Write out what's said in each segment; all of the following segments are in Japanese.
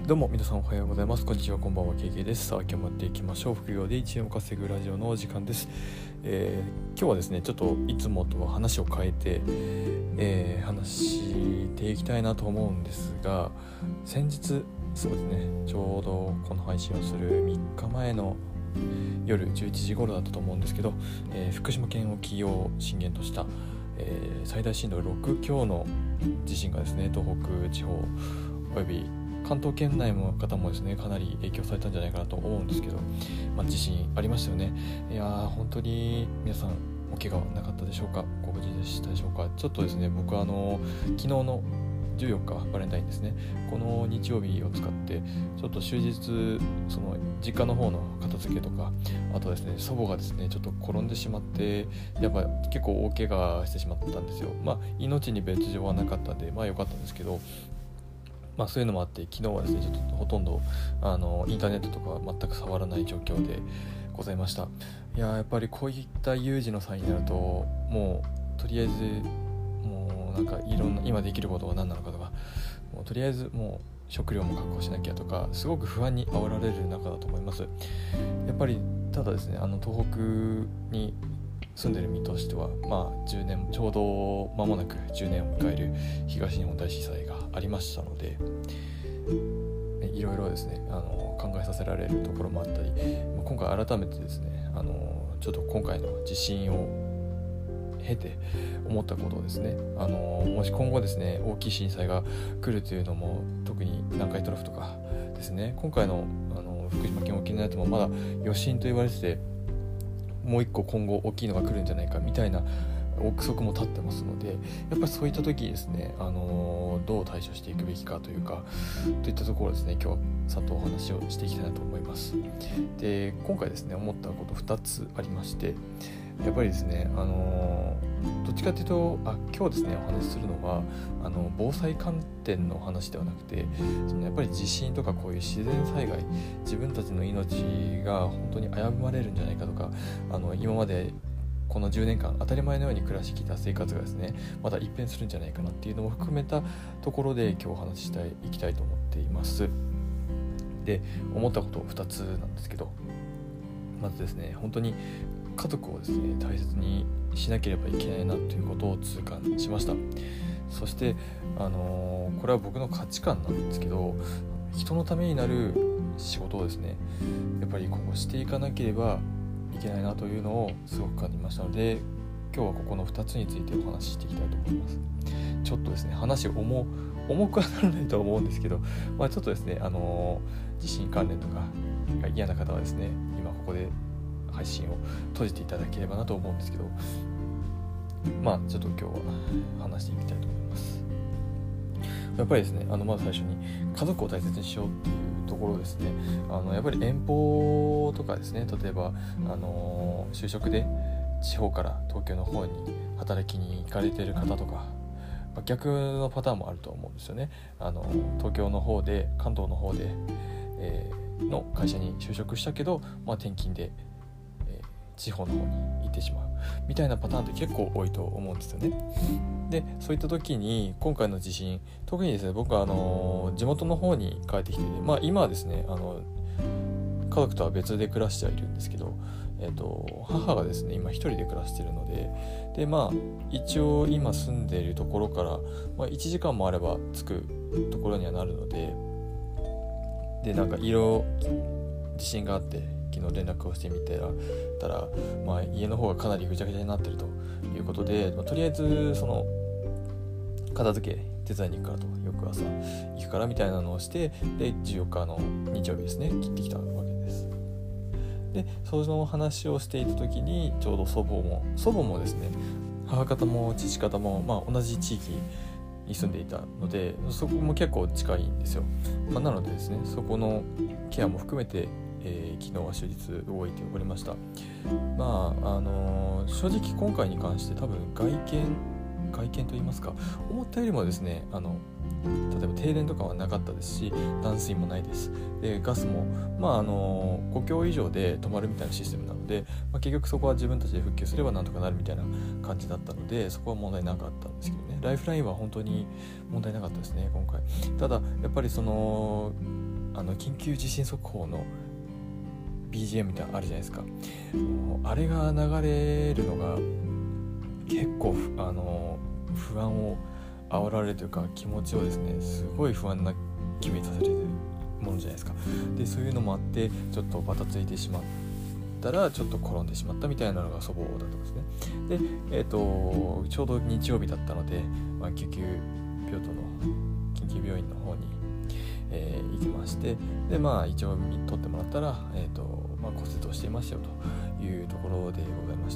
どうも皆さんおはようございます。こんにちは、こんばんは、KK です。さあ今日もやっていきましょう。副業で1円を稼ぐラジオのお時間です。今日はですねちょっといつもとは話を変えて、話していきたいなと思うんですが、先日そうですねちょうどこの配信をする3日前の夜11時頃だったと思うんですけど、福島県沖を震源とした、最大震度6強の地震がですね東北地方および関東圏内の方もですねかなり影響されたんじゃないかなと思うんですけど、地震ありましたよね。いやー本当に皆さんお怪我はなかったでしょうか。ご無事でしたでしょうか。ちょっとですね僕は昨日の14日バレンタインですね、この日曜日を使ってちょっと終日その実家の方の片付けとか、あとですね祖母がですねちょっと転んでしまって、やっぱ結構大怪我してしまったんですよ。命に別状はなかったんで良かったんですけど、そういうのもあって昨日はですねちょっとほとんどインターネットとかは全く触らない状況でございました。いややっぱりこういった有事の際になるともうとりあえずもういろんな今できることは何なのかとか、もうとりあえずもう食料も確保しなきゃとかすごく不安に煽られる中だと思います。やっぱりただですね東北に住んでる身としては10年ちょうど間もなく10年を迎える東日本大震災がありましたので、いろいろですね考えさせられるところもあったり、今回改めてですねちょっと今回の地震を経て思ったことをですねもし今後ですね大きい震災が来るというのも、特に南海トラフとかですね今回の福島県沖のやつもまだ余震と言われてて、もう一個今後大きいのが来るんじゃないかみたいな憶測も立ってますので、やっぱりそういった時にですね、どう対処していくべきかというかといったところですね今日はさっとお話をしていきたいなと思います。で今回ですね思ったこと2つありまして、やっぱりですねどっちかというと今日ですねお話しするのは防災観点の話ではなくて、やっぱり地震とかこういう自然災害、自分たちの命が本当に危ぶまれるんじゃないかとか、今までこの10年間当たり前のように暮らしてきた生活がですねまた一変するんじゃないかなっていうのも含めたところで今日お話ししていきたいと思っています。で思ったこと2つなんですけど、まずですね本当に家族をですね大切にしなければいけないなということを痛感しました。そしてこれは僕の価値観なんですけど、人のためになる仕事をですねやっぱり今後していかなければいけないなというのをすごく感じましたので、今日はここの2つについてお話ししていきたいと思います。ちょっとですね話重くはならないとは思うんですけど、ちょっとですね地震関連とかが嫌な方はですね今ここで配信を閉じていただければなと思うんですけど、ちょっと今日は話していきたいと思います。やっぱりですねまず最初に家族を大切にしようっていうところですね、やっぱり遠方とかですね、例えば就職で地方から東京の方に働きに行かれている方とか、逆のパターンもあると思うんですよね。東京の方で関東の方で、の会社に就職したけど、転勤で、地方の方に行ってしまうみたいなパターンって結構多いと思うんですよね。でそういった時に今回の地震、特にですね僕は地元の方に帰ってきて、今はですね家族とは別で暮らしてはいるんですけど、母がですね今一人で暮らしているので、一応今住んでいるところから、1時間もあれば着くところにはなるので、地震があって昨日連絡をしてみたら、家の方がかなりぐちゃぐちゃになっているということで、とりあえずその片付け手伝いに行くからと、翌朝行くからみたいなのをして、で14日の日曜日ですね切ってきたわけです。でその話をしていた時にちょうど祖母もですね母方も父方も、同じ地域に住んでいたので、そこも結構近いんですよ。なのでですねそこのケアも含めて、昨日は終日動いておりました。正直今回に関して多分外見といいますか、思ったよりもですね例えば停電とかはなかったですし、断水もないです。でガスも5強以上で止まるみたいなシステムなので、結局そこは自分たちで復旧すればなんとかなるみたいな感じだったので、そこは問題なかったんですけどね。ライフラインは本当に問題なかったですね今回。ただやっぱり緊急地震速報の BGM みたいなのあるじゃないですか。あれが流れるのが結構不安を煽られるというか、気持ちをですねすごい不安な気分にさせるものじゃないですか。でそういうのもあってちょっとバタついてしまったらちょっと転んでしまったみたいなのが祖母だったんですね。で、ちょうど日曜日だったので、救急病棟の緊急病院の方に、行きまして、で一応取ってもらったら、骨折をしていましたよというところでございました。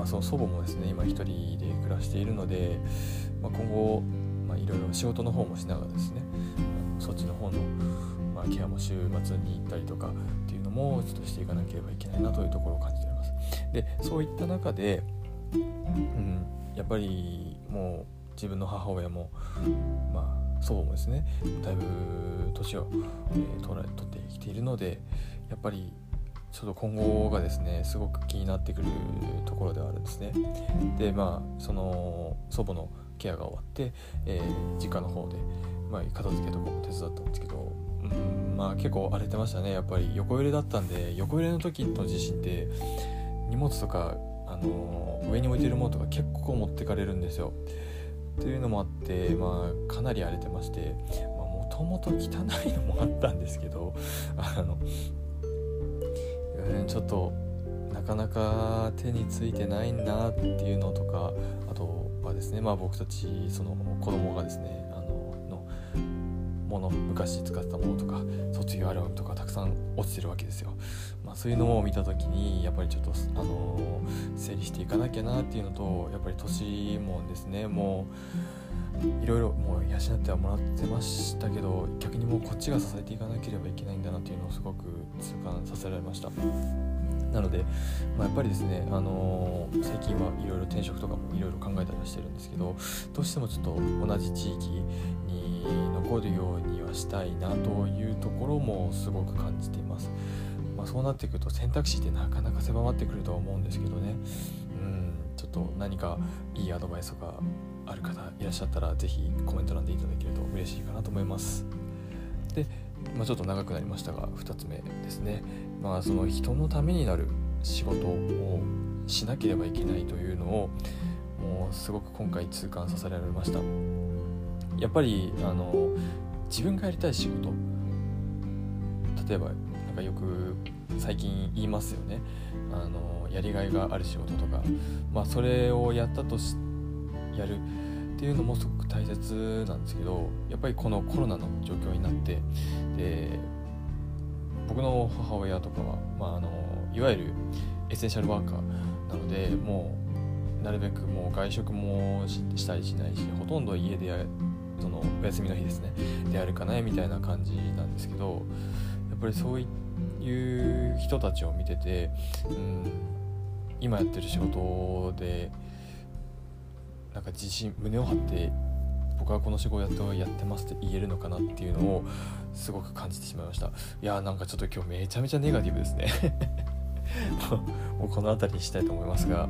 その祖母もですね今一人で暮らしているので、今後、いろいろ仕事の方もしながらですね、そっちの方の、ケアも週末に行ったりとかっていうのもちょっとしていかなければいけないなというところを感じております。でそういった中で、やっぱりもう自分の母親も、祖母もですねだいぶ年を、取ってきているので、やっぱりちょっと今後がですねすごく気になってくるところではあるんですね。でその祖母のケアが終わって、実家の方で、片付けとかも手伝ったんですけど、結構荒れてましたね。やっぱり横揺れだったんで、横揺れの時の地震って荷物とか、上に置いてるものとか結構持ってかれるんですよ。っていうのもあって、かなり荒れてまして、もともと汚いのもあったんですけどちょっとなかなか手についてないなっていうのとか、あとはですね、僕たちその子供がですね昔使ってたものとか卒業アルバムとかたくさん落ちてるわけですよ。そういうのを見た時にやっぱりちょっと整理していかなきゃなっていうのと、やっぱり年もですねもういろいろもう養ってはもらってましたけど、逆にもうこっちが支えていかなければいけないんだなっていうのをすごく痛感させられました。なので、やっぱりですね、最近はいろいろ転職とかもいろいろ考えたりはしてるんですけど、どうしてもちょっと同じ地域に残るようにはしたいなというところもすごく感じています。そうなってくると選択肢ってなかなか狭まってくるとは思うんですけどね、ちょっと何かいいアドバイスがある方いらっしゃったらぜひコメント欄でいただけると嬉しいかなと思います。で、ちょっと長くなりましたが2つ目ですね、その人のためになる仕事をしなければいけないというのをもうすごく今回痛感させられました。やっぱり自分がやりたい仕事、例えばよく最近言いますよね、やりがいがある仕事とか、それをやるっていうのもすごく大切なんですけど、やっぱりこのコロナの状況になって、で僕の母親とかは、いわゆるエッセンシャルワーカーなので、もうなるべくもう外食もしたりしないし、ほとんど家でそのお休みの日ですねで歩かないみたいな感じなんですけど、やっぱりそういう人たちを見てて、今やってる仕事で自信胸を張って僕はこの仕事をやってますって言えるのかなっていうのをすごく感じてしまいました。いやちょっと今日めちゃめちゃネガティブですねもうこの辺りにしたいと思いますが、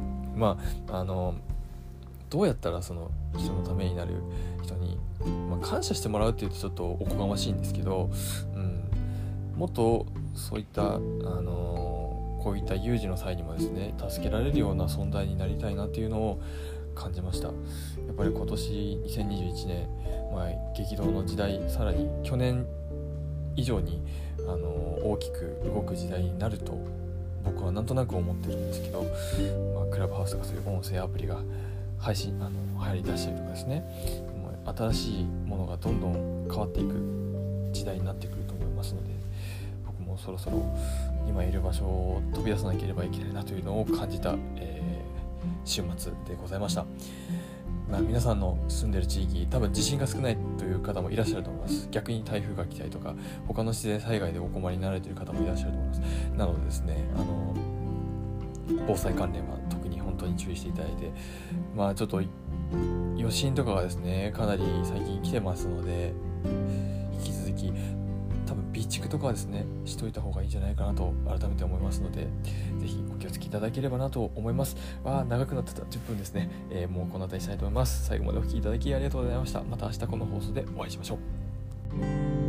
どうやったらその人のためになる人に、感謝してもらうっていうとちょっとおこがましいんですけど、もっとそういったこういった有事の際にもですね助けられるような存在になりたいなっていうのを感じました。やっぱり今年2021年、激動の時代、さらに去年以上に大きく動く時代になると僕はなんとなく思ってるんですけど、クラブハウスとかそういう音声アプリが流行り出したりとかですね、新しいものがどんどん変わっていく時代になってくると思いますので、僕もそろそろ今いる場所を飛び出さなければいけないなというのを感じた、週末でございました。皆さんの住んでる地域、多分地震が少ないという方もいらっしゃると思います。逆に台風が来たりとか他の自然災害でお困りになられている方もいらっしゃると思います。なのでですね、防災関連は特に本当に注意していただいて、ちょっと余震とかがですねかなり最近来てますので、引き続き多分備蓄とかはですねしといた方がいいんじゃないかなと改めて思いますので、ぜひお気をつけいただければなと思います。長くなってた10分ですね、もうこの辺りにしたいと思います。最後までお聞きいただきありがとうございました。また明日この放送でお会いしましょう。